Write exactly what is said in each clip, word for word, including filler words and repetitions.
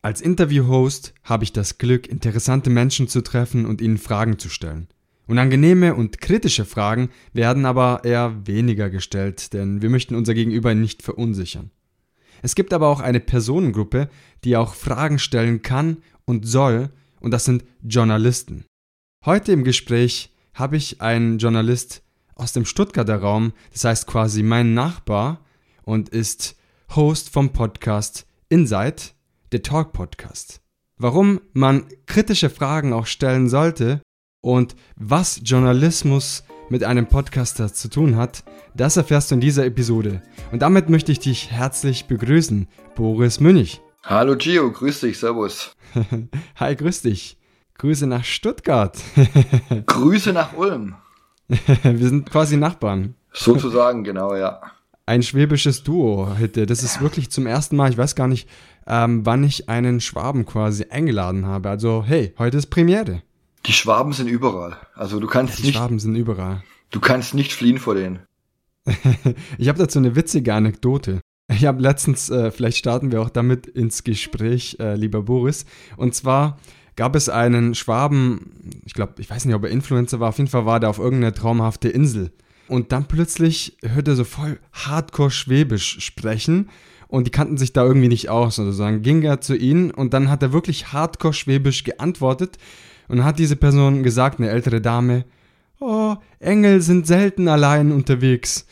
Als Interview-Host habe ich das Glück, interessante Menschen zu treffen und ihnen Fragen zu stellen. Unangenehme und kritische Fragen werden aber eher weniger gestellt, denn wir möchten unser Gegenüber nicht verunsichern. Es gibt aber auch eine Personengruppe, die auch Fragen stellen kann und soll, und das sind Journalisten. Heute im Gespräch habe ich einen Journalist aus dem Stuttgarter Raum, das heißt quasi mein Nachbar, und ist Host vom Podcast Inside, der Talk Podcast. Warum man kritische Fragen auch stellen sollte und was Journalismus mit einem Podcaster zu tun hat, das erfährst du in dieser Episode. Und damit möchte ich dich herzlich begrüßen, Boris Münch. Hallo Gio, grüß dich, servus. Hi, grüß dich. Grüße nach Stuttgart. Grüße nach Ulm. Wir sind quasi Nachbarn. Sozusagen, genau, ja. Ein schwäbisches Duo heute. Das ist wirklich zum ersten Mal, ich weiß gar nicht, ähm, wann ich einen Schwaben quasi eingeladen habe. Also, hey, heute ist Premiere. Die Schwaben sind überall. Also du kannst Die nicht, Schwaben sind überall. Du kannst nicht fliehen vor denen. Ich habe dazu eine witzige Anekdote. Ich habe letztens, äh, vielleicht starten wir auch damit ins Gespräch, äh, lieber Boris. Und zwar gab es einen Schwaben, ich glaube, ich weiß nicht, ob er Influencer war, auf jeden Fall war der auf irgendeiner traumhafte Insel. Und dann plötzlich hört er so voll Hardcore-Schwäbisch sprechen und die kannten sich da irgendwie nicht aus. Also dann ging er zu ihnen und dann hat er wirklich Hardcore-Schwäbisch geantwortet und dann hat diese Person gesagt, eine ältere Dame, oh, Engel sind selten allein unterwegs.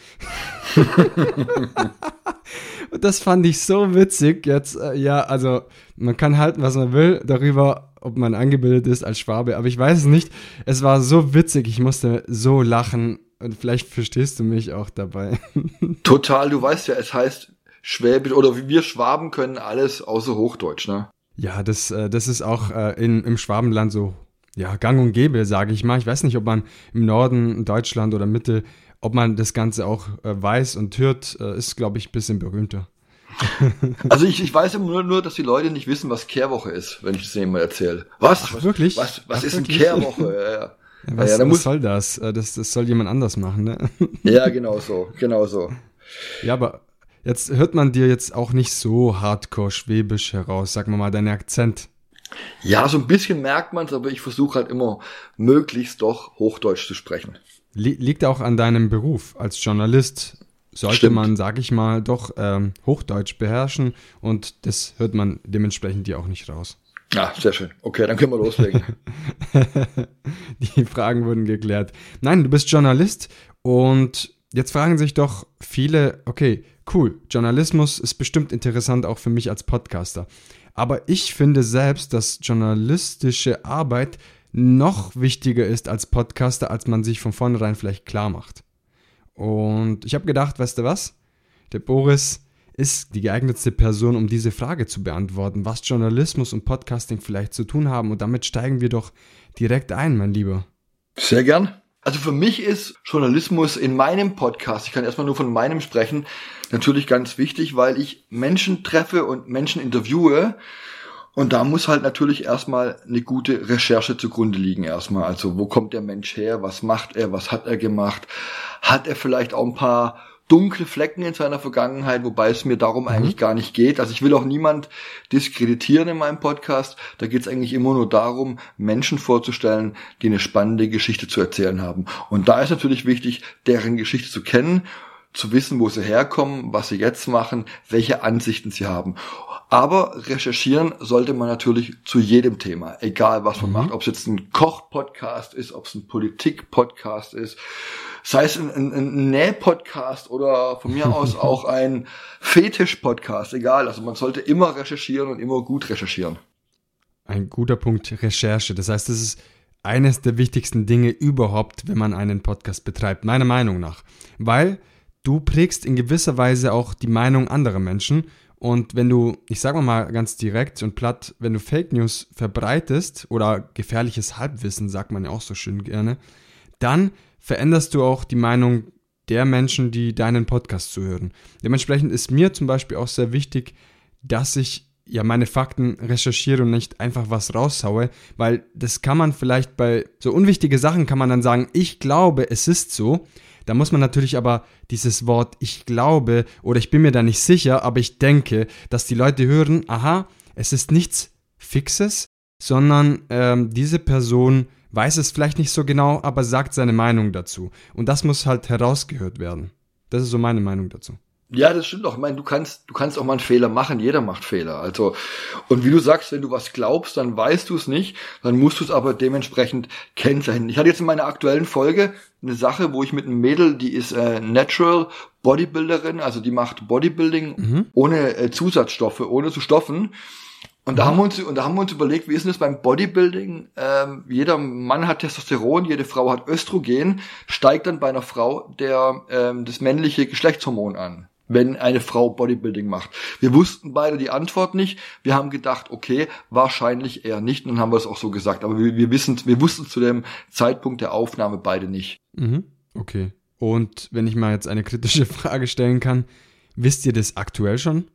Und das fand ich so witzig. Jetzt, äh, ja, also man kann halten, was man will darüber, ob man angebildet ist als Schwabe, aber ich weiß es nicht. Es war so witzig, ich musste so lachen. Und vielleicht verstehst du mich auch dabei. Total, du weißt ja, es heißt Schwäbisch, oder wir Schwaben können alles außer Hochdeutsch, ne? Ja, das, äh, das ist auch äh, in, im Schwabenland so, ja, gang und gäbe, sage ich mal. Ich weiß nicht, ob man im Norden Deutschland oder Mitte, ob man das Ganze auch äh, weiß und hört, äh, ist, glaube ich, ein bisschen berühmter. Also ich, ich weiß immer nur, nur, dass die Leute nicht wissen, was Kehrwoche ist, wenn ich das denen mal erzähle. Was? Ach, wirklich? Was, was Ach, ist wirklich? eine Kehrwoche? Ja, ja. Was, ja, ja, was muss, soll das? das? Das soll jemand anders machen, ne? Ja, genau so, genau so. Ja, aber jetzt hört man dir jetzt auch nicht so hardcore-schwäbisch heraus, sag mal mal, deinen Akzent. Ja, so ein bisschen merkt man es, aber ich versuche halt immer möglichst doch Hochdeutsch zu sprechen. Liegt auch an deinem Beruf als Journalist. Sollte Stimmt. man, sag ich mal, doch ähm, Hochdeutsch beherrschen und das hört man dementsprechend dir auch nicht raus. Ja, sehr schön. Okay, dann können wir loslegen. Die Fragen wurden geklärt. Nein, du bist Journalist und jetzt fragen sich doch viele, okay, cool, Journalismus ist bestimmt interessant auch für mich als Podcaster. Aber ich finde selbst, dass journalistische Arbeit noch wichtiger ist als Podcaster, als man sich von vornherein vielleicht klar macht. Und ich habe gedacht, weißt du was? Der Boris ist die geeignetste Person, um diese Frage zu beantworten, was Journalismus und Podcasting vielleicht zu tun haben. Und damit steigen wir doch direkt ein, mein Lieber. Sehr gern. Also für mich ist Journalismus in meinem Podcast, ich kann erstmal nur von meinem sprechen, natürlich ganz wichtig, weil ich Menschen treffe und Menschen interviewe. Und da muss halt natürlich erstmal eine gute Recherche zugrunde liegen erstmal. Also wo kommt der Mensch her, was macht er, was hat er gemacht, hat er vielleicht auch ein paar dunkle Flecken in seiner Vergangenheit, wobei es mir darum mhm. eigentlich gar nicht geht. Also ich will auch niemand diskreditieren in meinem Podcast. Da geht es eigentlich immer nur darum, Menschen vorzustellen, die eine spannende Geschichte zu erzählen haben. Und da ist natürlich wichtig, deren Geschichte zu kennen, zu wissen, wo sie herkommen, was sie jetzt machen, welche Ansichten sie haben. Aber recherchieren sollte man natürlich zu jedem Thema, egal was man mhm. macht. Ob es jetzt ein Koch-Podcast ist, ob es ein Politik-Podcast ist, sei es ein, ein, ein Näh-Podcast oder von mir aus auch ein Fetisch-Podcast, egal. Also man sollte immer recherchieren und immer gut recherchieren. Ein guter Punkt, Recherche. Das heißt, das ist eines der wichtigsten Dinge überhaupt, wenn man einen Podcast betreibt, meiner Meinung nach. Weil du prägst in gewisser Weise auch die Meinung anderer Menschen. Und wenn du, ich sage mal ganz direkt und platt, wenn du Fake News verbreitest oder gefährliches Halbwissen, sagt man ja auch so schön gerne, dann veränderst du auch die Meinung der Menschen, die deinen Podcast zuhören. Dementsprechend ist mir zum Beispiel auch sehr wichtig, dass ich ja meine Fakten recherchiere und nicht einfach was raushaue, weil das kann man vielleicht bei so unwichtige Sachen kann man dann sagen, ich glaube, es ist so. Da muss man natürlich aber dieses Wort ich glaube oder ich bin mir da nicht sicher, aber ich denke, dass die Leute hören, aha, es ist nichts Fixes, sondern ähm, diese Person weiß es vielleicht nicht so genau, aber sagt seine Meinung dazu. Und das muss halt herausgehört werden. Das ist so meine Meinung dazu. Ja, das stimmt auch. Ich meine, du kannst, du kannst auch mal einen Fehler machen. Jeder macht Fehler. Also, und wie du sagst, wenn du was glaubst, dann weißt du es nicht. Dann musst du es aber dementsprechend kennzeichnen. Ich hatte jetzt in meiner aktuellen Folge eine Sache, wo ich mit einem Mädel, die ist äh, Natural Bodybuilderin, also die macht Bodybuilding mhm. ohne äh, Zusatzstoffe, ohne zu stoffen. Und da haben wir uns, und da haben wir uns überlegt, wie ist denn das beim Bodybuilding? Ähm, jeder Mann hat Testosteron, jede Frau hat Östrogen, steigt dann bei einer Frau der ähm, das männliche Geschlechtshormon an, wenn eine Frau Bodybuilding macht. Wir wussten beide die Antwort nicht. Wir haben gedacht, okay, wahrscheinlich eher nicht. Und dann haben wir es auch so gesagt. Aber wir, wir wissen, wir wussten zu dem Zeitpunkt der Aufnahme beide nicht. Mhm. Okay. Und wenn ich mal jetzt eine kritische Frage stellen kann, wisst ihr das aktuell schon?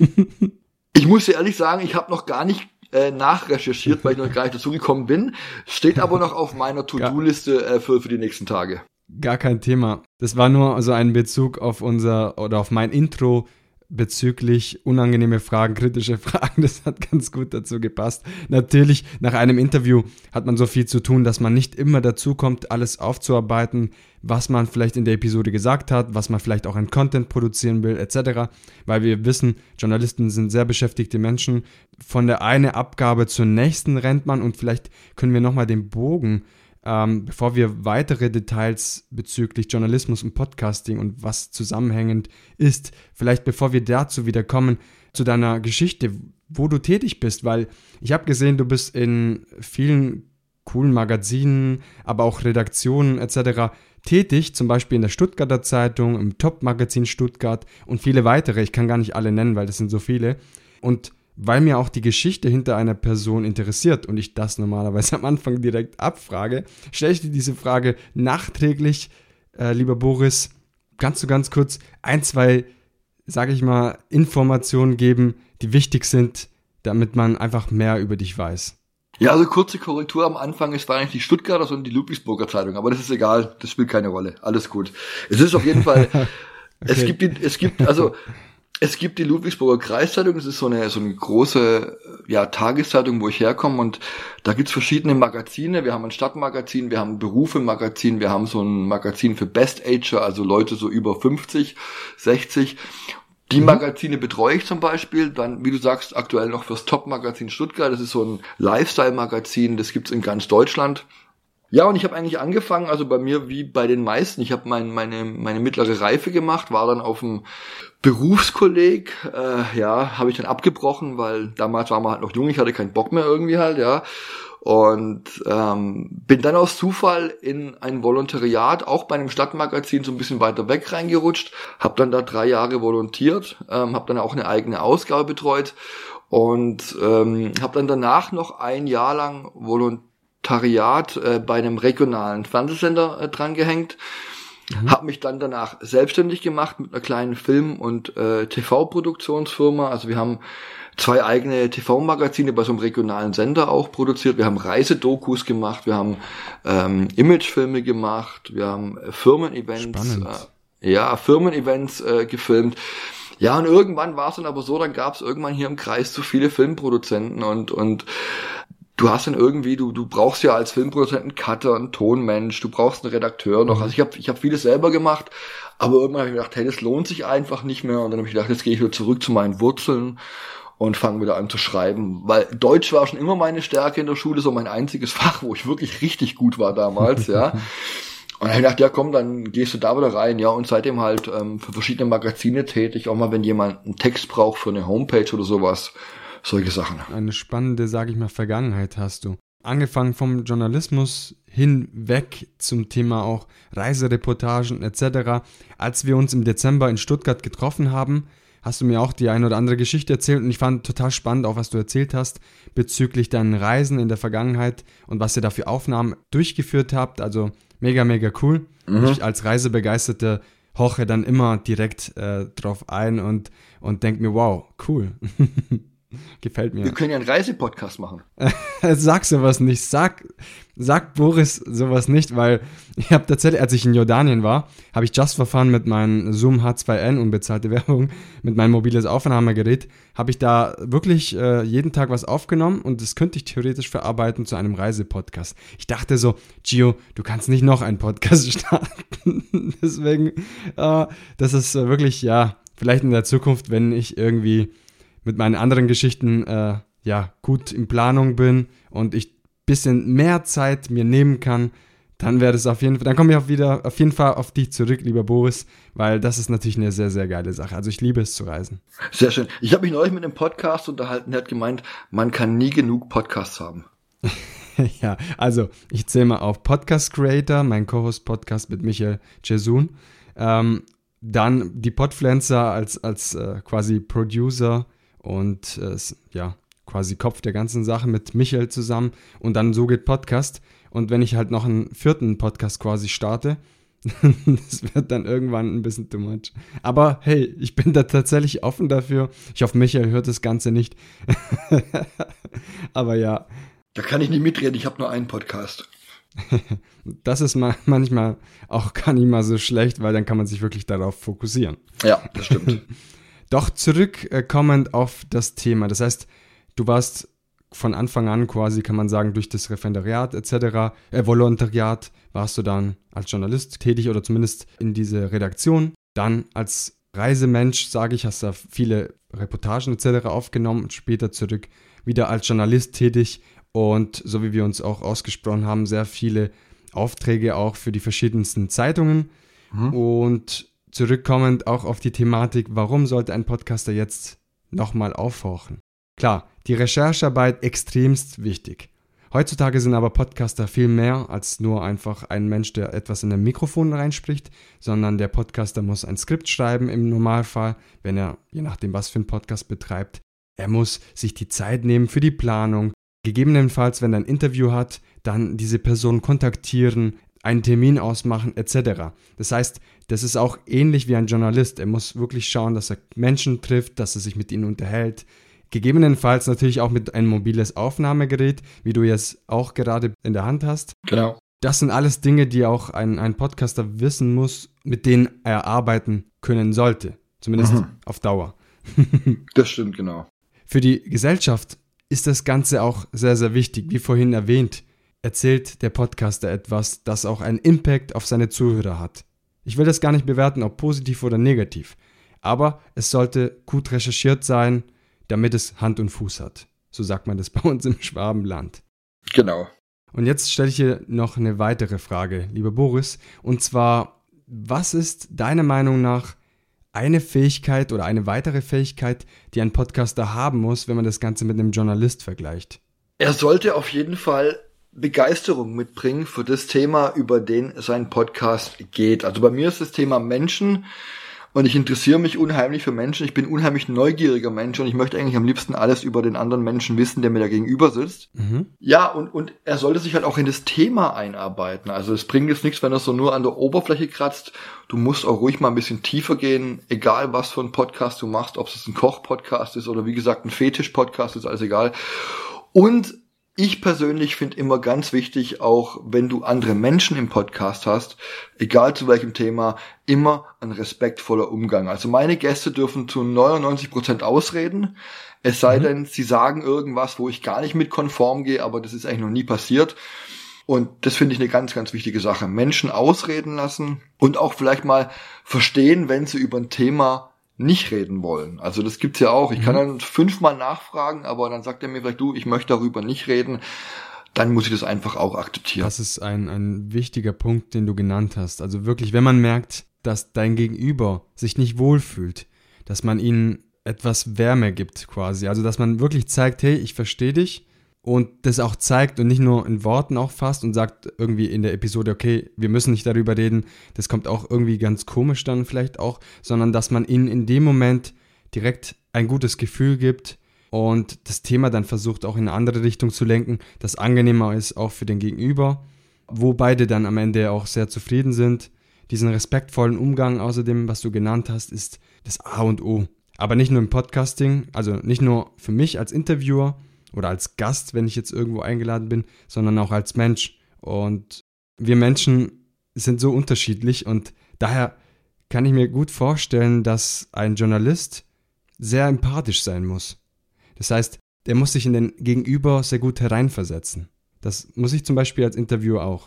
Ich muss dir ehrlich sagen, ich habe noch gar nicht äh, nachrecherchiert, weil ich noch gar nicht dazu gekommen bin. Steht aber noch auf meiner To-Do-Liste äh, für, für die nächsten Tage. Gar kein Thema. Das war nur so ein Bezug auf unser oder auf mein Intro bezüglich unangenehme Fragen, kritische Fragen. Das hat ganz gut dazu gepasst. Natürlich, nach einem Interview hat man so viel zu tun, dass man nicht immer dazu kommt, alles aufzuarbeiten, was man vielleicht in der Episode gesagt hat, was man vielleicht auch an Content produzieren will, et cetera. Weil wir wissen, Journalisten sind sehr beschäftigte Menschen. Von der einen Abgabe zur nächsten rennt man und vielleicht können wir nochmal den Bogen, ähm, bevor wir weitere Details bezüglich Journalismus und Podcasting und was zusammenhängend ist, vielleicht bevor wir dazu wieder kommen, zu deiner Geschichte, wo du tätig bist, weil ich habe gesehen, du bist in vielen coolen Magazinen, aber auch Redaktionen et cetera tätig, zum Beispiel in der Stuttgarter Zeitung, im Top-Magazin Stuttgart und viele weitere. Ich kann gar nicht alle nennen, weil das sind so viele. Und weil mir auch die Geschichte hinter einer Person interessiert und ich das normalerweise am Anfang direkt abfrage, stelle ich dir diese Frage nachträglich, äh, lieber Boris. Kannst du ganz kurz ein, zwei, sage ich mal, Informationen geben, die wichtig sind, damit man einfach mehr über dich weiß? Ja, also kurze Korrektur am Anfang, es war nicht die Stuttgarter, sondern die Ludwigsburger Zeitung, aber das ist egal, das spielt keine Rolle, alles gut. Es ist auf jeden Fall, okay. es gibt, die, es gibt, also, es gibt die Ludwigsburger Kreiszeitung, das ist so eine, so eine große, ja, Tageszeitung, wo ich herkomme und da gibt's verschiedene Magazine, wir haben ein Stadtmagazin, wir haben ein Berufe-Magazin, wir haben so ein Magazin für Best-Ager, also Leute so über fünfzig, sechzig. Die Magazine betreue ich zum Beispiel, dann, wie du sagst, aktuell noch fürs Top-Magazin Stuttgart. Das ist so ein Lifestyle-Magazin, das gibt's in ganz Deutschland. Ja, und ich habe eigentlich angefangen, also bei mir wie bei den meisten. Ich habe mein, meine meine mittlere Reife gemacht, war dann auf dem Berufskolleg. Äh, ja, habe ich dann abgebrochen, weil damals war man halt noch jung, ich hatte keinen Bock mehr irgendwie halt, ja. Und ähm, bin dann aus Zufall in ein Volontariat, auch bei einem Stadtmagazin, so ein bisschen weiter weg reingerutscht, habe dann da drei Jahre volontiert, ähm, habe dann auch eine eigene Ausgabe betreut und ähm, habe dann danach noch ein Jahr lang Volontariat äh, bei einem regionalen Fernsehsender äh, drangehängt. Mhm. Habe mich dann danach selbstständig gemacht mit einer kleinen Film- und äh, T V-Produktionsfirma. Also wir haben zwei eigene T V-Magazine bei so einem regionalen Sender auch produziert. Wir haben Reisedokus gemacht, wir haben ähm, Imagefilme gemacht, wir haben äh, Firmen-Events, äh, ja, Firmen-Events äh, gefilmt. Ja, und irgendwann war es dann aber so, dann gab es irgendwann hier im Kreis zu viele Filmproduzenten und und du hast dann irgendwie, du du brauchst ja als Filmproduzent einen Cutter, einen Tonmensch, du brauchst einen Redakteur noch. Also ich habe ich hab vieles selber gemacht, aber irgendwann habe ich gedacht, hey, das lohnt sich einfach nicht mehr. Und dann habe ich gedacht, jetzt gehe ich wieder zurück zu meinen Wurzeln und fange wieder an zu schreiben. Weil Deutsch war schon immer meine Stärke in der Schule, so mein einziges Fach, wo ich wirklich richtig gut war damals, ja. Und dann habe ich gedacht, ja komm, dann gehst du da wieder rein, ja. Und seitdem halt ähm, für verschiedene Magazine tätig, auch mal, wenn jemand einen Text braucht für eine Homepage oder sowas. Solche Sachen. Eine spannende, sage ich mal, Vergangenheit hast du. Angefangen vom Journalismus hinweg zum Thema auch Reisereportagen et cetera. Als wir uns im Dezember in Stuttgart getroffen haben, hast du mir auch die eine oder andere Geschichte erzählt und ich fand total spannend, auch was du erzählt hast bezüglich deinen Reisen in der Vergangenheit und was ihr da für Aufnahmen durchgeführt habt. Also mega, mega cool. Mhm. Ich als Reisebegeisterte hoche dann immer direkt äh, drauf ein und, und denke mir, wow, cool. Gefällt mir. Wir können ja einen Reisepodcast machen. Sag sowas nicht. Sag, sag Boris sowas nicht, weil ich habe tatsächlich, als ich in Jordanien war, habe ich Just for Fun mit meinem Zoom H zwei N, unbezahlte Werbung, mit meinem mobiles Aufnahmegerät, habe ich da wirklich äh, jeden Tag was aufgenommen und das könnte ich theoretisch verarbeiten zu einem Reisepodcast. Ich dachte so, Gio, du kannst nicht noch einen Podcast starten. Deswegen, äh, das ist äh, wirklich, ja, vielleicht in der Zukunft, wenn ich irgendwie mit meinen anderen Geschichten äh, ja gut in Planung bin und ich ein bisschen mehr Zeit mir nehmen kann, dann wäre das auf jeden Fall, dann komme ich auch wieder auf jeden Fall auf dich zurück, lieber Boris, weil das ist natürlich eine sehr, sehr geile Sache. Also ich liebe es zu reisen. Sehr schön. Ich habe mich neulich mit einem Podcast unterhalten, der hat gemeint, man kann nie genug Podcasts haben. Ja, also ich zähle mal auf Podcast Creator, mein Co-Host-Podcast mit Michael Jesun. Ähm, dann die Podpflanzer als, als äh, quasi Producer und äh, ja, quasi Kopf der ganzen Sache mit Michael zusammen und dann So geht Podcast. Und wenn ich halt noch einen vierten Podcast quasi starte, das wird dann irgendwann ein bisschen too much. Aber hey, ich bin da tatsächlich offen dafür. Ich hoffe, Michael hört das Ganze nicht. Aber ja. Da kann ich nicht mitreden, ich habe nur einen Podcast. Das ist manchmal auch gar nicht mal so schlecht, weil dann kann man sich wirklich darauf fokussieren. Ja, das stimmt. Doch zurückkommend auf das Thema. Das heißt, du warst von Anfang an quasi, kann man sagen, durch das Referendariat et cetera, äh, Volontariat, warst du dann als Journalist tätig oder zumindest in diese Redaktion. Dann als Reisemensch, sage ich, hast du viele Reportagen et cetera aufgenommen und später zurück wieder als Journalist tätig. Und so wie wir uns auch ausgesprochen haben, sehr viele Aufträge auch für die verschiedensten Zeitungen. Mhm. Und zurückkommend auch auf die Thematik, warum sollte ein Podcaster jetzt nochmal aufhorchen? Klar, die Recherchearbeit extremst wichtig. Heutzutage sind aber Podcaster viel mehr als nur einfach ein Mensch, der etwas in ein Mikrofon reinspricht, sondern der Podcaster muss ein Skript schreiben im Normalfall, wenn er, je nachdem was für einen Podcast betreibt. Er muss sich die Zeit nehmen für die Planung. Gegebenenfalls, wenn er ein Interview hat, dann diese Person kontaktieren, einen Termin ausmachen et cetera. Das heißt, das ist auch ähnlich wie ein Journalist. Er muss wirklich schauen, dass er Menschen trifft, dass er sich mit ihnen unterhält. Gegebenenfalls natürlich auch mit einem mobiles Aufnahmegerät, wie du jetzt auch gerade in der Hand hast. Genau. Das sind alles Dinge, die auch ein, ein Podcaster wissen muss, mit denen er arbeiten können sollte. Zumindest mhm. auf Dauer. Das stimmt, genau. Für die Gesellschaft ist das Ganze auch sehr, sehr wichtig. Wie vorhin erwähnt, erzählt der Podcaster etwas, das auch einen Impact auf seine Zuhörer hat. Ich will das gar nicht bewerten, ob positiv oder negativ. Aber es sollte gut recherchiert sein, damit es Hand und Fuß hat. So sagt man das bei uns im Schwabenland. Genau. Und jetzt stelle ich hier noch eine weitere Frage, lieber Boris. Und zwar, was ist deiner Meinung nach eine Fähigkeit oder eine weitere Fähigkeit, die ein Podcaster haben muss, wenn man das Ganze mit einem Journalist vergleicht? Er sollte auf jeden Fall Begeisterung mitbringen für das Thema, über den sein Podcast geht. Also bei mir ist das Thema Menschen und ich interessiere mich unheimlich für Menschen. Ich bin ein unheimlich neugieriger Mensch und ich möchte eigentlich am liebsten alles über den anderen Menschen wissen, der mir da gegenüber sitzt. Mhm. Ja, und, und er sollte sich halt auch in das Thema einarbeiten. Also es bringt jetzt nichts, wenn er so nur an der Oberfläche kratzt. Du musst auch ruhig mal ein bisschen tiefer gehen, egal was für ein Podcast du machst, ob es ein Koch-Podcast ist oder wie gesagt ein Fetisch-Podcast, ist alles egal. Und ich persönlich finde immer ganz wichtig, auch wenn du andere Menschen im Podcast hast, egal zu welchem Thema, immer ein respektvoller Umgang. Also meine Gäste dürfen zu neunundneunzig Prozent ausreden, es sei mhm. denn, sie sagen irgendwas, wo ich gar nicht mit konform gehe, aber das ist eigentlich noch nie passiert. Und das finde ich eine ganz, ganz wichtige Sache. Menschen ausreden lassen und auch vielleicht mal verstehen, wenn sie über ein Thema nicht reden wollen. Also das gibt's ja auch. Ich kann dann fünfmal nachfragen, aber dann sagt er mir vielleicht, du, ich möchte darüber nicht reden. Dann muss ich das einfach auch akzeptieren. Das ist ein, ein wichtiger Punkt, den du genannt hast. Also wirklich, wenn man merkt, dass dein Gegenüber sich nicht wohlfühlt, dass man ihnen etwas Wärme gibt quasi. Also dass man wirklich zeigt, hey, ich verstehe dich. Und das auch zeigt und nicht nur in Worten auch fasst und sagt irgendwie in der Episode, okay, wir müssen nicht darüber reden, das kommt auch irgendwie ganz komisch dann vielleicht auch, sondern dass man ihnen in dem Moment direkt ein gutes Gefühl gibt und das Thema dann versucht auch in eine andere Richtung zu lenken, das angenehmer ist auch für den Gegenüber, wo beide dann am Ende auch sehr zufrieden sind. Diesen respektvollen Umgang außerdem, was du genannt hast, ist das A und O. Aber nicht nur im Podcasting, also nicht nur für mich als Interviewer oder als Gast, wenn ich jetzt irgendwo eingeladen bin, sondern auch als Mensch. Und wir Menschen sind so unterschiedlich und daher kann ich mir gut vorstellen, dass ein Journalist sehr empathisch sein muss. Das heißt, der muss sich in den Gegenüber sehr gut hereinversetzen. Das muss ich zum Beispiel als Interviewer auch.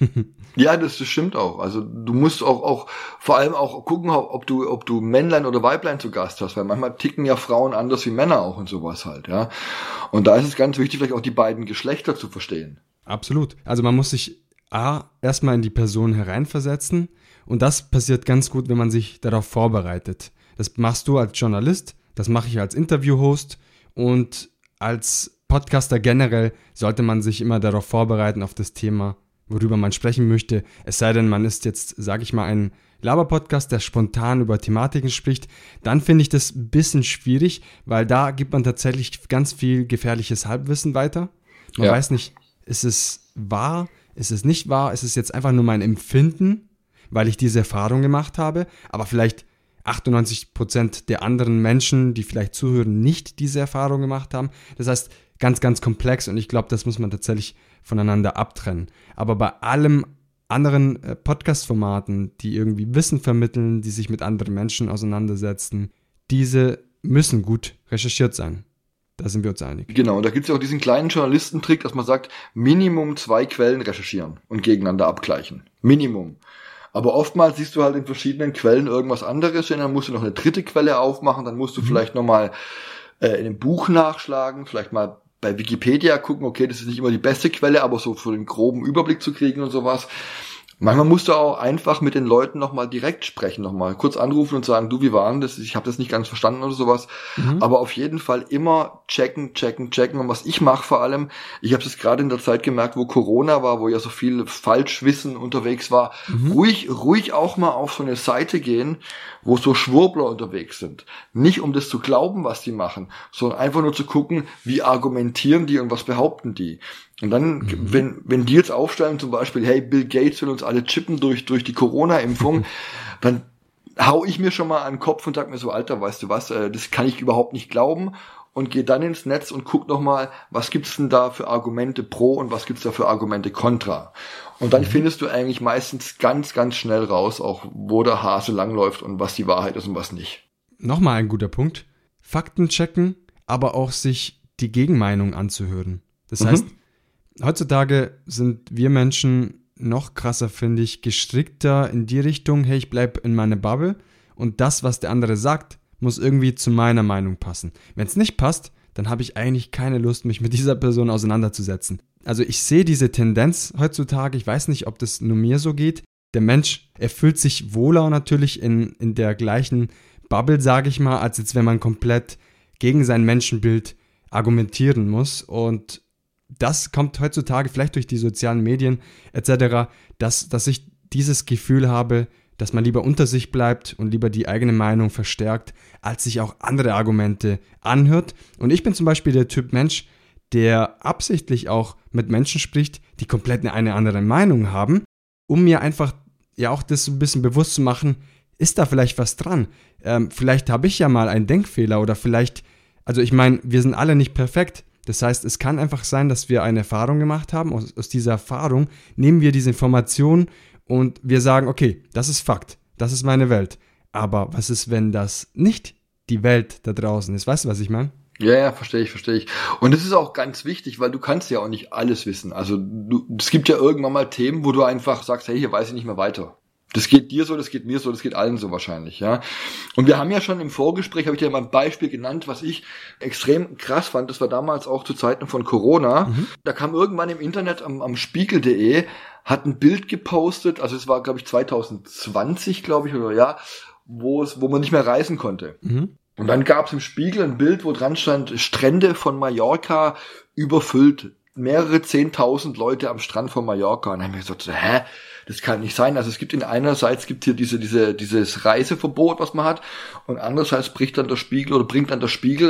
Ja, das, das stimmt auch. Also du musst auch, auch vor allem auch gucken, ob du, ob du Männlein oder Weiblein zu Gast hast, weil manchmal ticken ja Frauen anders wie Männer auch und sowas halt, ja. Und da ist es ganz wichtig, vielleicht auch die beiden Geschlechter zu verstehen. Absolut. Also man muss sich A, erstmal in die Person hereinversetzen und das passiert ganz gut, wenn man sich darauf vorbereitet. Das machst du als Journalist, das mache ich als Interviewhost und als Podcaster generell sollte man sich immer darauf vorbereiten, auf das Thema, worüber man sprechen möchte. Es sei denn, man ist jetzt, sage ich mal, ein Laber-Podcast, der spontan über Thematiken spricht. Dann finde ich das ein bisschen schwierig, weil da gibt man tatsächlich ganz viel gefährliches Halbwissen weiter. Man ja. weiß nicht, ist es wahr, ist es nicht wahr, ist es jetzt einfach nur mein Empfinden, weil ich diese Erfahrung gemacht habe, aber vielleicht achtundneunzig Prozent der anderen Menschen, die vielleicht zuhören, nicht diese Erfahrung gemacht haben. Das heißt, ganz, ganz komplex und ich glaube, das muss man tatsächlich voneinander abtrennen. Aber bei allem anderen äh, Podcast-Formaten, die irgendwie Wissen vermitteln, die sich mit anderen Menschen auseinandersetzen, diese müssen gut recherchiert sein. Da sind wir uns einig. Genau, und da gibt es ja auch diesen kleinen Journalistentrick, dass man sagt, Minimum zwei Quellen recherchieren und gegeneinander abgleichen. Minimum. Aber oftmals siehst du halt in verschiedenen Quellen irgendwas anderes und dann musst du noch eine dritte Quelle aufmachen, dann musst du mhm. vielleicht nochmal äh, in einem Buch nachschlagen, vielleicht mal bei Wikipedia gucken, okay, das ist nicht immer die beste Quelle, aber so für den groben Überblick zu kriegen und sowas. Manchmal musst du auch einfach mit den Leuten nochmal direkt sprechen, nochmal kurz anrufen und sagen, du, wie war denn das? Ich habe das nicht ganz verstanden oder sowas. Mhm. Aber auf jeden Fall immer checken, checken, checken. Und was ich mache vor allem, ich habe es gerade in der Zeit gemerkt, wo Corona war, wo ja so viel Falschwissen unterwegs war, mhm. ruhig, ruhig auch mal auf so eine Seite gehen, wo so Schwurbler unterwegs sind. Nicht um das zu glauben, was die machen, sondern einfach nur zu gucken, wie argumentieren die und was behaupten die. Und dann, mhm. wenn wenn die jetzt aufstellen, zum Beispiel, hey, Bill Gates will uns alle chippen durch durch die Corona-Impfung, dann hau ich mir schon mal an den Kopf und sag mir so, Alter, weißt du was, äh, das kann ich überhaupt nicht glauben und gehe dann ins Netz und guck nochmal, was gibt's denn da für Argumente pro und was gibt's da für Argumente kontra. Und dann mhm. findest du eigentlich meistens ganz, ganz schnell raus, auch wo der Hase langläuft und was die Wahrheit ist und was nicht. Nochmal ein guter Punkt. Fakten checken, aber auch sich die Gegenmeinung anzuhören. Das mhm. heißt, heutzutage sind wir Menschen noch krasser, finde ich, gestrickter in die Richtung, hey, ich bleib in meiner Bubble und das, was der andere sagt, muss irgendwie zu meiner Meinung passen. Wenn es nicht passt, dann habe ich eigentlich keine Lust, mich mit dieser Person auseinanderzusetzen. Also ich sehe diese Tendenz heutzutage, ich weiß nicht, ob das nur mir so geht. Der Mensch, er fühlt sich wohler natürlich in, in der gleichen Bubble, sage ich mal, als jetzt, wenn man komplett gegen sein Menschenbild argumentieren muss und das kommt heutzutage vielleicht durch die sozialen Medien et cetera, dass, dass ich dieses Gefühl habe, dass man lieber unter sich bleibt und lieber die eigene Meinung verstärkt, als sich auch andere Argumente anhört. Und ich bin zum Beispiel der Typ Mensch, der absichtlich auch mit Menschen spricht, die komplett eine andere Meinung haben, um mir einfach ja auch das so ein bisschen bewusst zu machen, ist da vielleicht was dran? Ähm, vielleicht habe ich ja mal einen Denkfehler oder vielleicht, also ich meine, wir sind alle nicht perfekt. Das heißt, es kann einfach sein, dass wir eine Erfahrung gemacht haben. Aus, aus dieser Erfahrung nehmen wir diese Information und wir sagen, okay, das ist Fakt, das ist meine Welt. Aber was ist, wenn das nicht die Welt da draußen ist? Weißt du, was ich meine? Ja, ja, verstehe ich, verstehe ich. Und das ist auch ganz wichtig, weil du kannst ja auch nicht alles wissen. Also du, es gibt ja irgendwann mal Themen, wo du einfach sagst, hey, hier weiß ich nicht mehr weiter. Das geht dir so, das geht mir so, das geht allen so wahrscheinlich, ja. Und wir haben ja schon im Vorgespräch, habe ich dir mal ein Beispiel genannt, was ich extrem krass fand. Das war damals auch zu Zeiten von Corona. Mhm. Da kam irgendwann im Internet am, am Spiegel punkt de, hat ein Bild gepostet, also es war, glaube ich, zwanzig zwanzig, glaube ich, oder ja, wo es, wo man nicht mehr reisen konnte. Mhm. Und dann gab es im Spiegel ein Bild, wo dran stand, Strände von Mallorca überfüllt. Mehrere zehntausend Leute am Strand von Mallorca. Und dann haben wir gesagt, hä? Das kann nicht sein. Also es gibt in einerseits gibt hier diese, diese, dieses Reiseverbot, was man hat. Und andererseits bricht dann der Spiegel oder bringt dann der Spiegel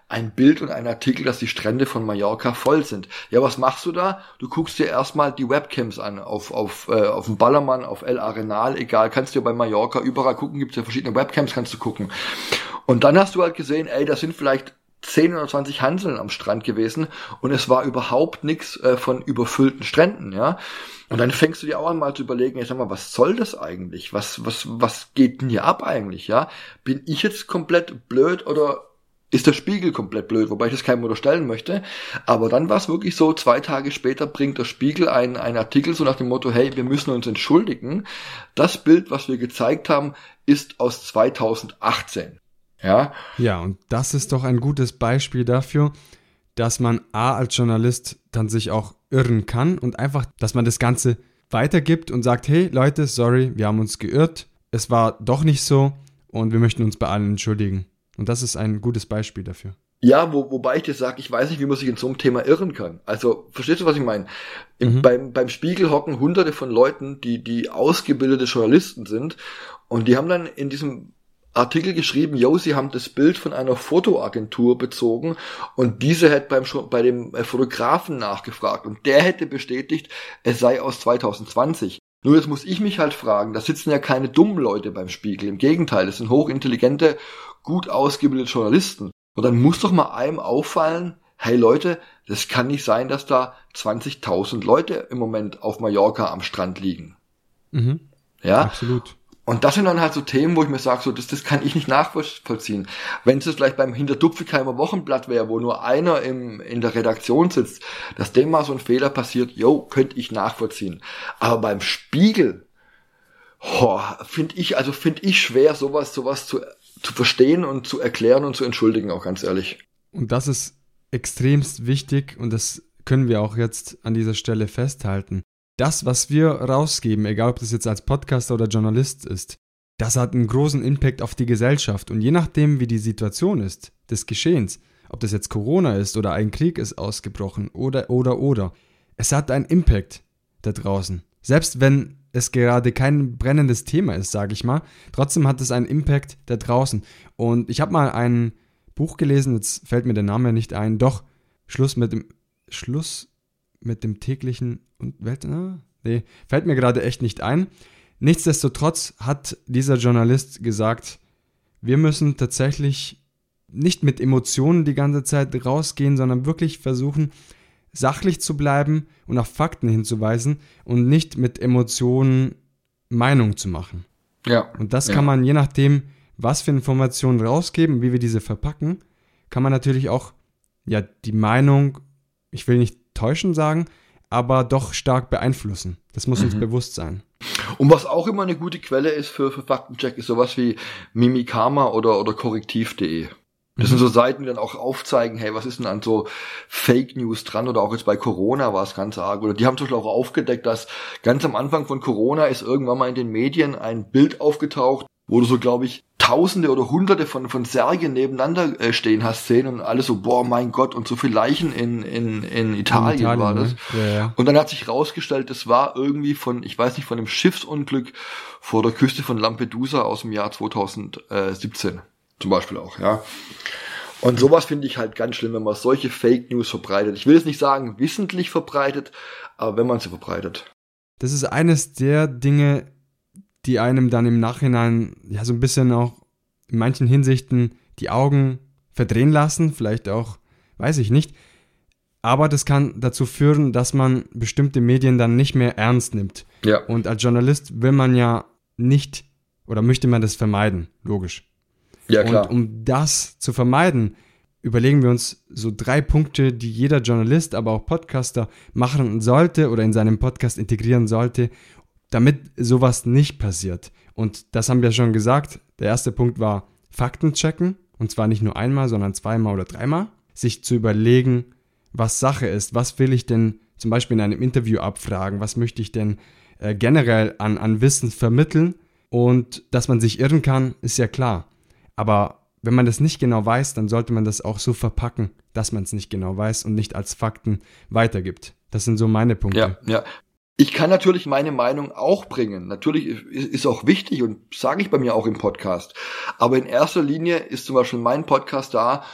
ein Bild und ein Artikel, dass die Strände von Mallorca voll sind. Ja, was machst du da? Du guckst dir erstmal die Webcams an, auf auf äh, auf dem Ballermann, auf El Arenal, egal, kannst du bei Mallorca überall gucken, gibt's ja verschiedene Webcams, kannst du gucken. Und dann hast du halt gesehen, ey, da sind vielleicht zehn oder zwanzig Hanseln am Strand gewesen und es war überhaupt nichts äh, von überfüllten Stränden, ja. Und dann fängst du dir auch einmal zu überlegen, ich sag mal, was soll das eigentlich? Was, was, was geht denn hier ab eigentlich, ja? Bin ich jetzt komplett blöd oder ist der Spiegel komplett blöd? Wobei ich das keinem unterstellen möchte. Aber dann war es wirklich so, zwei Tage später bringt der Spiegel einen, einen Artikel so nach dem Motto, hey, wir müssen uns entschuldigen. Das Bild, was wir gezeigt haben, ist aus zweitausendachtzehn. Ja. Ja, und das ist doch ein gutes Beispiel dafür, dass man A als Journalist dann sich auch irren kann und einfach, dass man das Ganze weitergibt und sagt, hey Leute, sorry, wir haben uns geirrt, es war doch nicht so und wir möchten uns bei allen entschuldigen. Und das ist ein gutes Beispiel dafür. Ja, wo, wobei ich dir sage, ich weiß nicht, wie man sich in so einem Thema irren kann. Also, verstehst du, was ich meine? Im, mhm. beim, beim Spiegel hocken hunderte von Leuten, die, die ausgebildete Journalisten sind und die haben dann in diesem Artikel geschrieben, yo, sie haben das Bild von einer Fotoagentur bezogen und diese hätte beim bei dem Fotografen nachgefragt und der hätte bestätigt, es sei aus zweitausendzwanzig. Nur jetzt muss ich mich halt fragen, da sitzen ja keine dummen Leute beim Spiegel, im Gegenteil, das sind hochintelligente, gut ausgebildete Journalisten. Und dann muss doch mal einem auffallen, hey Leute, das kann nicht sein, dass da zwanzigtausend Leute im Moment auf Mallorca am Strand liegen. Mhm. Ja, absolut. Und das sind dann halt so Themen, wo ich mir sage, so, das, das kann ich nicht nachvollziehen. Wenn es jetzt vielleicht beim Hinterdupfelkheimer Wochenblatt wäre, wo nur einer im, in der Redaktion sitzt, dass dem mal so ein Fehler passiert, jo, könnte ich nachvollziehen. Aber beim Spiegel, oh, finde ich, also finde ich schwer, sowas, sowas zu, zu verstehen und zu erklären und zu entschuldigen, auch ganz ehrlich. Und das ist extremst wichtig und das können wir auch jetzt an dieser Stelle festhalten. Das, was wir rausgeben, egal ob das jetzt als Podcaster oder Journalist ist, das hat einen großen Impact auf die Gesellschaft. Und je nachdem, wie die Situation ist, des Geschehens, ob das jetzt Corona ist oder ein Krieg ist ausgebrochen oder, oder, oder, es hat einen Impact da draußen. Selbst wenn es gerade kein brennendes Thema ist, sage ich mal, trotzdem hat es einen Impact da draußen. Und ich habe mal ein Buch gelesen, jetzt fällt mir der Name nicht ein, doch, Schluss mit dem, Schluss mit dem täglichen und Welt, na, nee, fällt mir gerade echt nicht ein. Nichtsdestotrotz hat dieser Journalist gesagt, wir müssen tatsächlich nicht mit Emotionen die ganze Zeit rausgehen, sondern wirklich versuchen, sachlich zu bleiben und auf Fakten hinzuweisen und nicht mit Emotionen Meinung zu machen. Ja. Und das ja. kann man, je nachdem, was für Informationen rausgeben, wie wir diese verpacken, kann man natürlich auch ja die Meinung, ich will nicht täuschen sagen, aber doch stark beeinflussen. Das muss mhm. uns bewusst sein. Und was auch immer eine gute Quelle ist für, für Faktencheck, ist sowas wie Mimikama oder, oder korrektiv punkt de. Das mhm. sind so Seiten, die dann auch aufzeigen, hey, was ist denn an so Fake News dran, oder auch jetzt bei Corona war es ganz arg. Oder die haben zum Beispiel auch aufgedeckt, dass ganz am Anfang von Corona ist irgendwann mal in den Medien ein Bild aufgetaucht, wo du so, glaube ich, Tausende oder Hunderte von von Särgen nebeneinander äh, stehen hast sehen und alles so, boah, mein Gott, und so viele Leichen in in in Italien, in Italien war das. Ne? Ja, ja. Und dann hat sich rausgestellt, das war irgendwie von, ich weiß nicht, von einem Schiffsunglück vor der Küste von Lampedusa aus dem Jahr zweitausendsiebzehn zum Beispiel auch, ja. Und sowas finde ich halt ganz schlimm, wenn man solche Fake News verbreitet. Ich will jetzt nicht sagen, wissentlich verbreitet, aber wenn man sie verbreitet. Das ist eines der Dinge, die einem dann im Nachhinein ja so ein bisschen auch in manchen Hinsichten die Augen verdrehen lassen, vielleicht auch, weiß ich nicht. Aber das kann dazu führen, dass man bestimmte Medien dann nicht mehr ernst nimmt. Ja. Und als Journalist will man ja nicht oder möchte man das vermeiden, logisch. Ja, klar. Und um das zu vermeiden, überlegen wir uns so drei Punkte, die jeder Journalist, aber auch Podcaster machen sollte oder in seinem Podcast integrieren sollte, damit sowas nicht passiert. Und das haben wir schon gesagt. Der erste Punkt war Fakten checken. Und zwar nicht nur einmal, sondern zweimal oder dreimal. Sich zu überlegen, was Sache ist. Was will ich denn zum Beispiel in einem Interview abfragen? Was möchte ich denn äh, generell an, an Wissen vermitteln? Und dass man sich irren kann, ist ja klar. Aber wenn man das nicht genau weiß, dann sollte man das auch so verpacken, dass man es nicht genau weiß und nicht als Fakten weitergibt. Das sind so meine Punkte. Ja, ja. Ich kann natürlich meine Meinung auch bringen. Natürlich ist auch wichtig und sage ich bei mir auch im Podcast. Aber in erster Linie ist zum Beispiel mein Podcast da,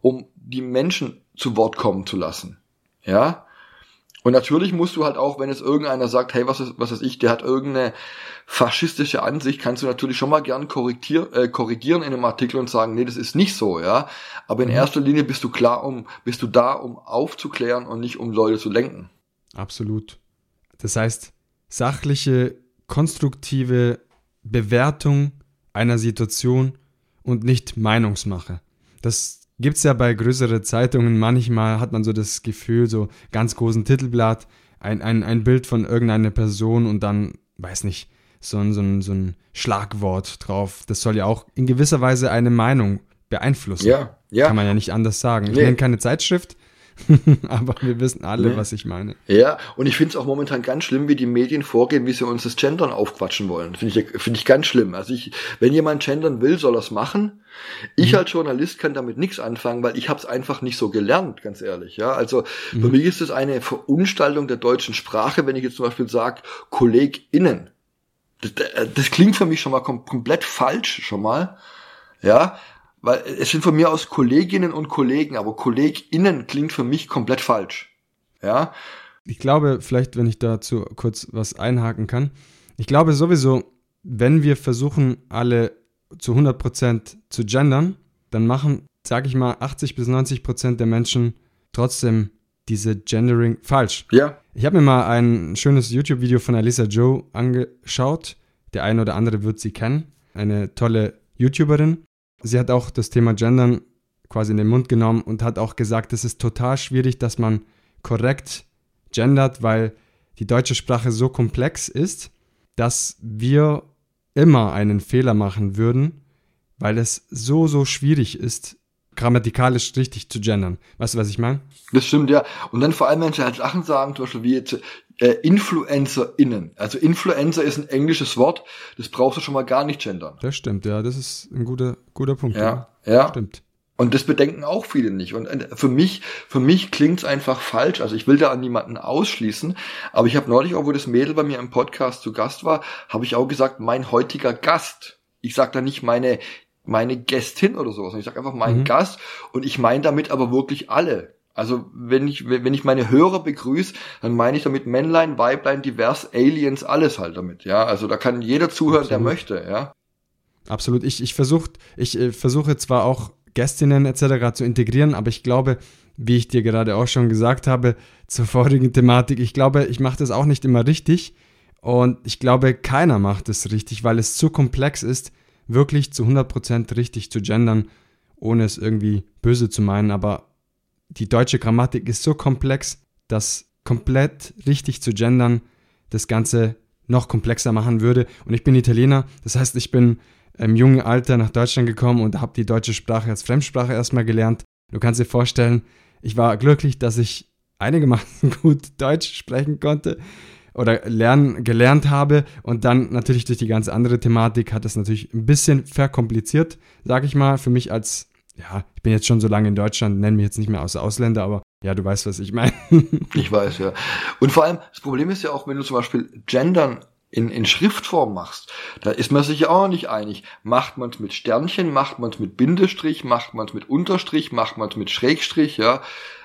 um die Menschen zu Wort kommen zu lassen. Ja? Und natürlich musst du halt auch, wenn jetzt irgendeiner sagt, hey, was ist, was ist ich, der hat irgendeine faschistische Ansicht, kannst du natürlich schon mal gern korrigier, äh, korrigieren in einem Artikel und sagen, nee, das ist nicht so, ja. Aber in mhm. erster Linie bist du klar, um, bist du da, um aufzuklären und nicht um Leute zu lenken. Absolut. Das heißt, sachliche, konstruktive Bewertung einer Situation und nicht Meinungsmache. Das gibt's ja bei größeren Zeitungen, manchmal hat man so das Gefühl, so ganz großen Titelblatt, ein, ein, ein Bild von irgendeiner Person und dann, weiß nicht, so ein, so, ein, so ein Schlagwort drauf. Das soll ja auch in gewisser Weise eine Meinung beeinflussen. Ja, ja. Kann man ja nicht anders sagen. Ich Nee. nenne keine Zeitschrift, aber wir wissen alle, Nee. was ich meine. Ja, und ich finde es auch momentan ganz schlimm, wie die Medien vorgehen, wie sie uns das Gendern aufquatschen wollen. Finde ich, finde ich ganz schlimm. Also ich, wenn jemand gendern will, soll er es machen. Ich Mhm. als Journalist kann damit nichts anfangen, weil ich habe es einfach nicht so gelernt, ganz ehrlich. Ja, also Mhm. für mich ist es eine Verunstaltung der deutschen Sprache, wenn ich jetzt zum Beispiel sage KollegInnen. Das, das klingt für mich schon mal kom- komplett falsch, schon mal. Ja, weil es sind von mir aus Kolleginnen und Kollegen, aber KollegInnen klingt für mich komplett falsch. Ja, Ich glaube, vielleicht, wenn ich dazu kurz was einhaken kann, ich glaube sowieso, wenn wir versuchen, alle zu hundert Prozent zu gendern, dann machen, sage ich mal, achtzig bis neunzig Prozent der Menschen trotzdem diese Gendering falsch. ja, Ich habe mir mal ein schönes YouTube-Video von Alyssa Joe angeschaut. Der eine oder andere wird sie kennen. Eine tolle YouTuberin. Sie hat auch das Thema Gendern quasi in den Mund genommen und hat auch gesagt, es ist total schwierig, dass man korrekt gendert, weil die deutsche Sprache so komplex ist, dass wir immer einen Fehler machen würden, weil es so, so schwierig ist, grammatikalisch richtig zu gendern. Weißt du, was ich meine? das stimmt, ja. Und dann vor allem, wenn sie halt Sachen sagen, zum Beispiel wie jetzt äh, InfluencerInnen. Also Influencer ist ein englisches Wort, das brauchst du schon mal gar nicht gendern. Das stimmt, ja, das ist ein guter, guter Punkt. Ja, ja. Stimmt. Und das bedenken auch viele nicht. Und äh, für mich, für mich klingt's einfach falsch. Also ich will da an niemanden ausschließen. Aber ich habe neulich auch, wo das Mädel bei mir im Podcast zu Gast war, habe ich auch gesagt, mein heutiger Gast. Ich sage da nicht meine meine Gästin oder sowas. Ich sage einfach mein Mhm. Gast. Und ich meine damit aber wirklich alle. Also wenn ich wenn ich meine Hörer begrüße, dann meine ich damit Männlein, Weiblein, divers, Aliens, alles halt damit. Ja, also da kann jeder zuhören, der Absolut. möchte. Ja. Absolut. Ich, ich, versuch, ich äh, versuche zwar auch Gästinnen et cetera zu integrieren, aber ich glaube, wie ich dir gerade auch schon gesagt habe, zur vorigen Thematik, ich glaube, ich mache das auch nicht immer richtig und ich glaube, keiner macht es richtig, weil es zu komplex ist, wirklich zu hundert Prozent richtig zu gendern, ohne es irgendwie böse zu meinen, aber die deutsche Grammatik ist so komplex, dass komplett richtig zu gendern das Ganze noch komplexer machen würde. Und ich bin Italiener, das heißt, ich bin im jungen Alter nach Deutschland gekommen und habe die deutsche Sprache als Fremdsprache erstmal gelernt. Du kannst dir vorstellen, ich war glücklich, dass ich einigermaßen gut Deutsch sprechen konnte oder lernen, gelernt habe. Und dann natürlich durch die ganze andere Thematik hat es natürlich ein bisschen verkompliziert, sage ich mal, für mich als, ja, ich bin jetzt schon so lange in Deutschland, nenne mich jetzt nicht mehr als Ausländer, aber ja, du weißt, was ich meine. Ich weiß, ja. Und vor allem, das Problem ist ja auch, wenn du zum Beispiel Gendern in, in Schriftform machst, da ist man sich ja auch nicht einig. Macht man es mit Sternchen, macht man es mit Bindestrich, macht man es mit Unterstrich, macht man es mit Schrägstrich, ja.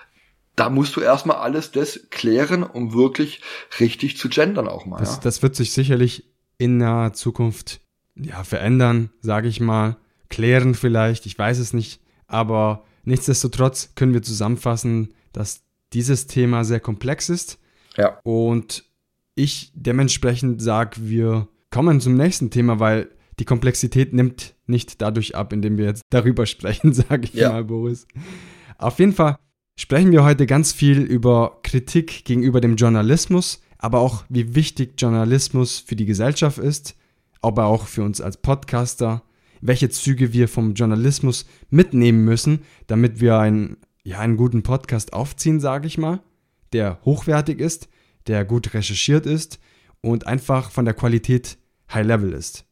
Da musst du erstmal alles das klären, um wirklich richtig zu gendern auch mal. Das, Ja. das wird sich sicherlich in naher Zukunft ja, verändern, sage ich mal, klären vielleicht, ich weiß es nicht, aber nichtsdestotrotz können wir zusammenfassen, dass dieses Thema sehr komplex ist Ja. und ich dementsprechend sage, wir kommen zum nächsten Thema, weil die Komplexität nimmt nicht dadurch ab, indem wir jetzt darüber sprechen, sage ich Ja. mal, Boris. Auf jeden Fall sprechen wir heute ganz viel über Kritik gegenüber dem Journalismus, aber auch wie wichtig Journalismus für die Gesellschaft ist, aber auch für uns als Podcaster, welche Züge wir vom Journalismus mitnehmen müssen, damit wir einen, ja, einen guten Podcast aufziehen, sage ich mal, der hochwertig ist, der gut recherchiert ist und einfach von der Qualität High Level ist.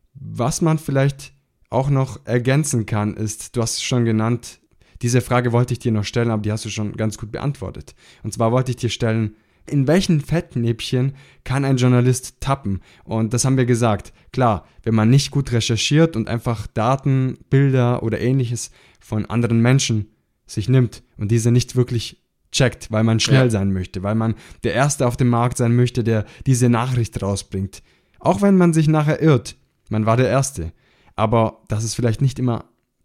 Was man vielleicht auch noch ergänzen kann, ist, du hast es schon genannt, diese Frage wollte ich dir noch stellen, aber die hast du schon ganz gut beantwortet. Und zwar wollte ich dir stellen, in welchen Fettnäpfchen kann ein Journalist tappen? Und das haben wir gesagt. Klar, wenn man nicht gut recherchiert und einfach Daten, Bilder oder ähnliches von anderen Menschen sich nimmt und diese nicht wirklich checkt, weil man schnell Ja. sein möchte, weil man der Erste auf dem Markt sein möchte, der diese Nachricht rausbringt. Auch wenn man sich nachher irrt, man war der Erste. Aber dass es vielleicht nicht immer,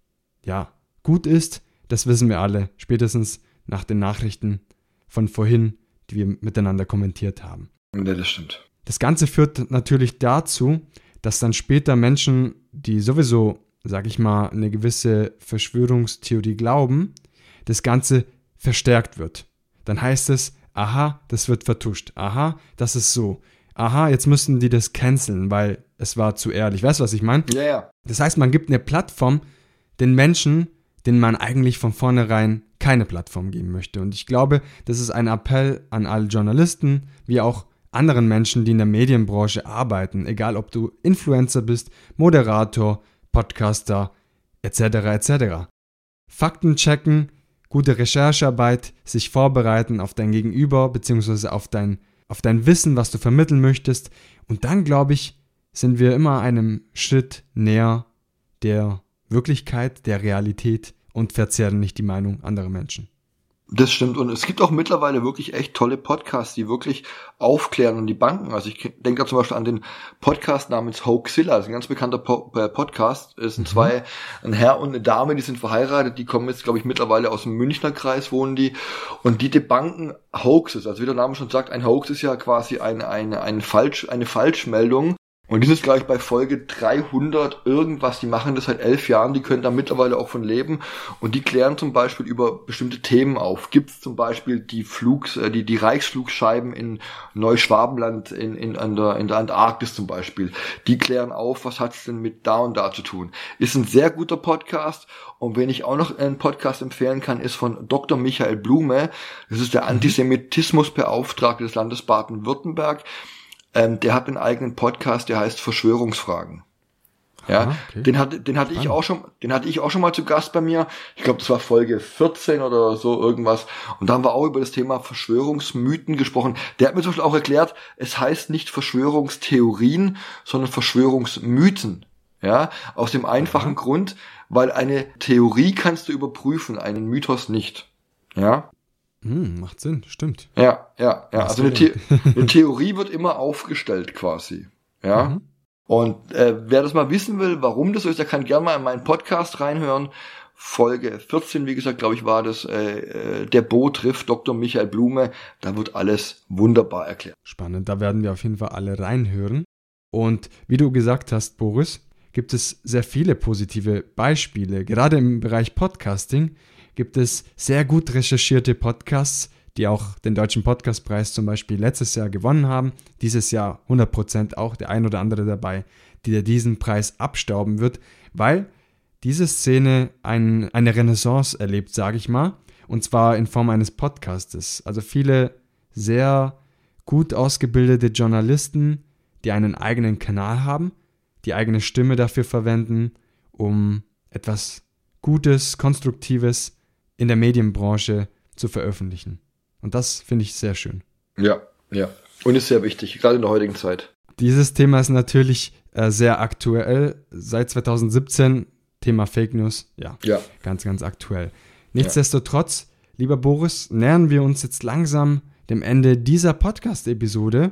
ja, gut ist, das wissen wir alle, spätestens nach den Nachrichten von vorhin, die wir miteinander kommentiert haben. Ja, das stimmt. Das Ganze führt natürlich dazu, dass dann später Menschen, die sowieso, sag ich mal, eine gewisse Verschwörungstheorie glauben, das Ganze verstärkt wird. Dann heißt es, aha, das wird vertuscht. Aha, das ist so. Aha, jetzt müssen die das canceln, weil es war zu ehrlich. Weißt du, was ich meine? Ja, ja. Das heißt, man gibt eine Plattform den Menschen, denen man eigentlich von vornherein keine Plattform geben möchte. Und ich glaube, das ist ein Appell an alle Journalisten, wie auch anderen Menschen, die in der Medienbranche arbeiten, egal ob du Influencer bist, Moderator, Podcaster, et cetera et cetera. Fakten checken, gute Recherchearbeit, sich vorbereiten auf dein Gegenüber bzw. auf dein, auf dein Wissen, was du vermitteln möchtest. Und dann, glaube ich, sind wir immer einem Schritt näher der Wirklichkeit, der Realität und verzerren nicht die Meinung anderer Menschen. Das stimmt. Und es gibt auch mittlerweile wirklich echt tolle Podcasts, die wirklich aufklären und die Banken. Also ich denke da zum Beispiel an den Podcast namens Hoaxilla. Das ist ein ganz bekannter Po- äh, Podcast. Es sind mhm. zwei, ein Herr und eine Dame, die sind verheiratet. Die kommen jetzt, glaube ich, mittlerweile aus dem Münchner Kreis, wohnen die. Und die debanken Hoaxes. Also wie der Name schon sagt, ein Hoax ist ja quasi eine, eine, eine, Falsch, eine Falschmeldung. Und die sind gleich bei Folge dreihundert irgendwas, die machen das seit elf Jahren, die können da mittlerweile auch von leben und die klären zum Beispiel über bestimmte Themen auf. Gibt es zum Beispiel die Flugs, äh, die, die Reichsflugscheiben in Neuschwabenland, in, in, an der, in der Antarktis zum Beispiel, die klären auf, was hat es denn mit da und da zu tun. Ist ein sehr guter Podcast und wen ich auch noch einen Podcast empfehlen kann, ist von Doktor Michael Blume. Das ist der Antisemitismusbeauftragte des Landes Baden-Württemberg. Ähm, der hat einen eigenen Podcast, der heißt Verschwörungsfragen. Ja, Aha, okay. den hatte, den hatte ich auch schon, den hatte ich auch schon mal zu Gast bei mir. Ich glaube, das war Folge vierzehn oder so irgendwas. Und da haben wir auch über das Thema Verschwörungsmythen gesprochen. Der hat mir zum Beispiel auch erklärt, es heißt nicht Verschwörungstheorien, sondern Verschwörungsmythen. Ja, aus dem einfachen Aha. Grund, weil eine Theorie kannst du überprüfen, einen Mythos nicht. Ja. Hm, macht Sinn, stimmt. Ja, ja, ja. Also eine, The- eine Theorie wird immer aufgestellt quasi. Ja. Mhm. Und äh, wer das mal wissen will, warum das so ist, der kann gerne mal in meinen Podcast reinhören. Folge vierzehn, wie gesagt, glaube ich, war das, äh, der Bo trifft Doktor Michael Blume. Da wird alles wunderbar erklärt. Spannend, da werden wir auf jeden Fall alle reinhören. Und wie du gesagt hast, Boris, gibt es sehr viele positive Beispiele. Gerade im Bereich Podcasting gibt es sehr gut recherchierte Podcasts, die auch den Deutschen Podcastpreis zum Beispiel letztes Jahr gewonnen haben. Dieses Jahr hundert Prozent auch der ein oder andere dabei, der diesen Preis abstauben wird, weil diese Szene ein, eine Renaissance erlebt, sage ich mal, und zwar in Form eines Podcastes. Also viele sehr gut ausgebildete Journalisten, die einen eigenen Kanal haben, die eigene Stimme dafür verwenden, um etwas Gutes, Konstruktives in der Medienbranche zu veröffentlichen. Und das finde ich sehr schön. Ja, ja. Und ist sehr wichtig, gerade in der heutigen Zeit. Dieses Thema ist natürlich äh, sehr aktuell. Seit zwanzig siebzehn, Thema Fake News, ja, ja. ganz, ganz aktuell. Nichtsdestotrotz, ja. Lieber Boris, nähern wir uns jetzt langsam dem Ende dieser Podcast-Episode.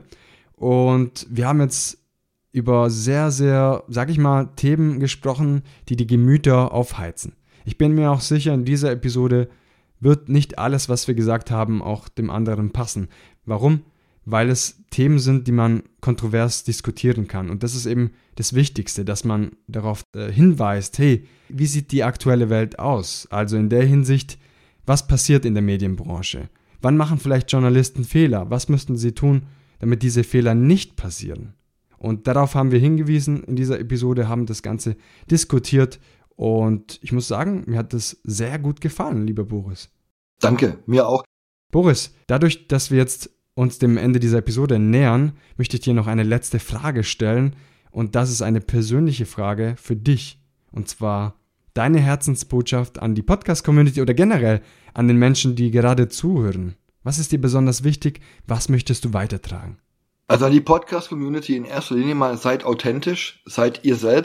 Und wir haben jetzt über sehr, sehr, sag ich mal, Themen gesprochen, die die Gemüter aufheizen. Ich bin mir auch sicher, in dieser Episode wird nicht alles, was wir gesagt haben, auch dem anderen passen. Warum? Weil es Themen sind, die man kontrovers diskutieren kann. Und das ist eben das Wichtigste, dass man darauf äh, hinweist, hey, wie sieht die aktuelle Welt aus? Also in der Hinsicht, was passiert in der Medienbranche? Wann machen vielleicht Journalisten Fehler? Was müssten sie tun, damit diese Fehler nicht passieren? Und darauf haben wir hingewiesen in dieser Episode, haben das Ganze diskutiert. Und ich muss sagen, mir hat das sehr gut gefallen, lieber Boris. Danke, mir auch. Boris, dadurch, dass wir jetzt uns dem Ende dieser Episode nähern, möchte ich dir noch eine letzte Frage stellen. Und das ist eine persönliche Frage für dich. Und zwar deine Herzensbotschaft an die Podcast-Community oder generell an den Menschen, die gerade zuhören. Was ist dir besonders wichtig? Was möchtest du weitertragen? Also an die Podcast-Community in erster Linie mal, seid authentisch, seid ihr selbst.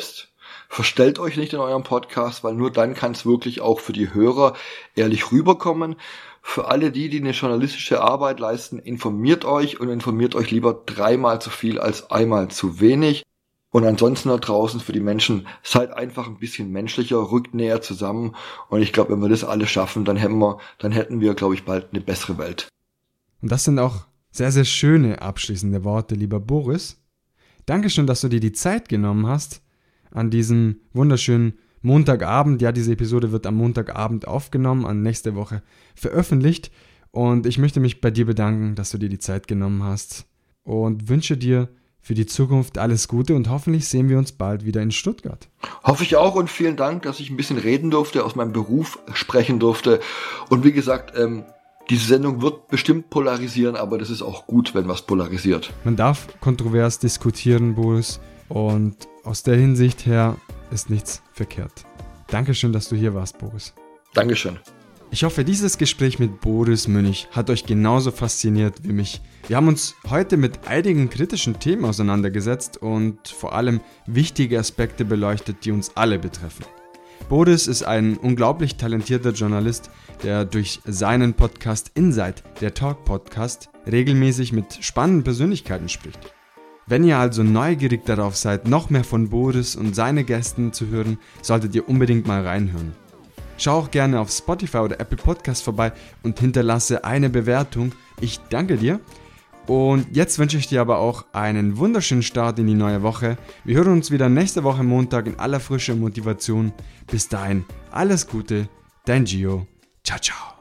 Verstellt euch nicht in eurem Podcast, weil nur dann kann es wirklich auch für die Hörer ehrlich rüberkommen. Für alle die, die eine journalistische Arbeit leisten, informiert euch und informiert euch lieber dreimal zu viel als einmal zu wenig. Und ansonsten da draußen für die Menschen, seid einfach ein bisschen menschlicher, rückt näher zusammen. Und ich glaube, wenn wir das alles schaffen, dann hätten wir, dann hätten wir, glaube ich, bald eine bessere Welt. Und das sind auch sehr, sehr schöne abschließende Worte, lieber Boris. Dankeschön, dass du dir die Zeit genommen hast an diesem wunderschönen Montagabend. Ja, diese Episode wird am Montagabend aufgenommen, an nächste Woche veröffentlicht. Und ich möchte mich bei dir bedanken, dass du dir die Zeit genommen hast und wünsche dir für die Zukunft alles Gute und hoffentlich sehen wir uns bald wieder in Stuttgart. Hoffe ich auch und vielen Dank, dass ich ein bisschen reden durfte, aus meinem Beruf sprechen durfte. Und wie gesagt, ähm, diese Sendung wird bestimmt polarisieren, aber das ist auch gut, wenn was polarisiert. Man darf kontrovers diskutieren, Boris, und aus der Hinsicht her ist nichts verkehrt. Dankeschön, dass du hier warst, Boris. Dankeschön. Ich hoffe, dieses Gespräch mit Boris Münch hat euch genauso fasziniert wie mich. Wir haben uns heute mit einigen kritischen Themen auseinandergesetzt und vor allem wichtige Aspekte beleuchtet, die uns alle betreffen. Boris ist ein unglaublich talentierter Journalist, der durch seinen Podcast Inside, der Talk Podcast, regelmäßig mit spannenden Persönlichkeiten spricht. Wenn ihr also neugierig darauf seid, noch mehr von Boris und seine Gästen zu hören, solltet ihr unbedingt mal reinhören. Schau auch gerne auf Spotify oder Apple Podcast vorbei und hinterlasse eine Bewertung. Ich danke dir. Und jetzt wünsche ich dir aber auch einen wunderschönen Start in die neue Woche. Wir hören uns wieder nächste Woche Montag in aller Frische und Motivation. Bis dahin, alles Gute, dein Gio. Ciao, ciao.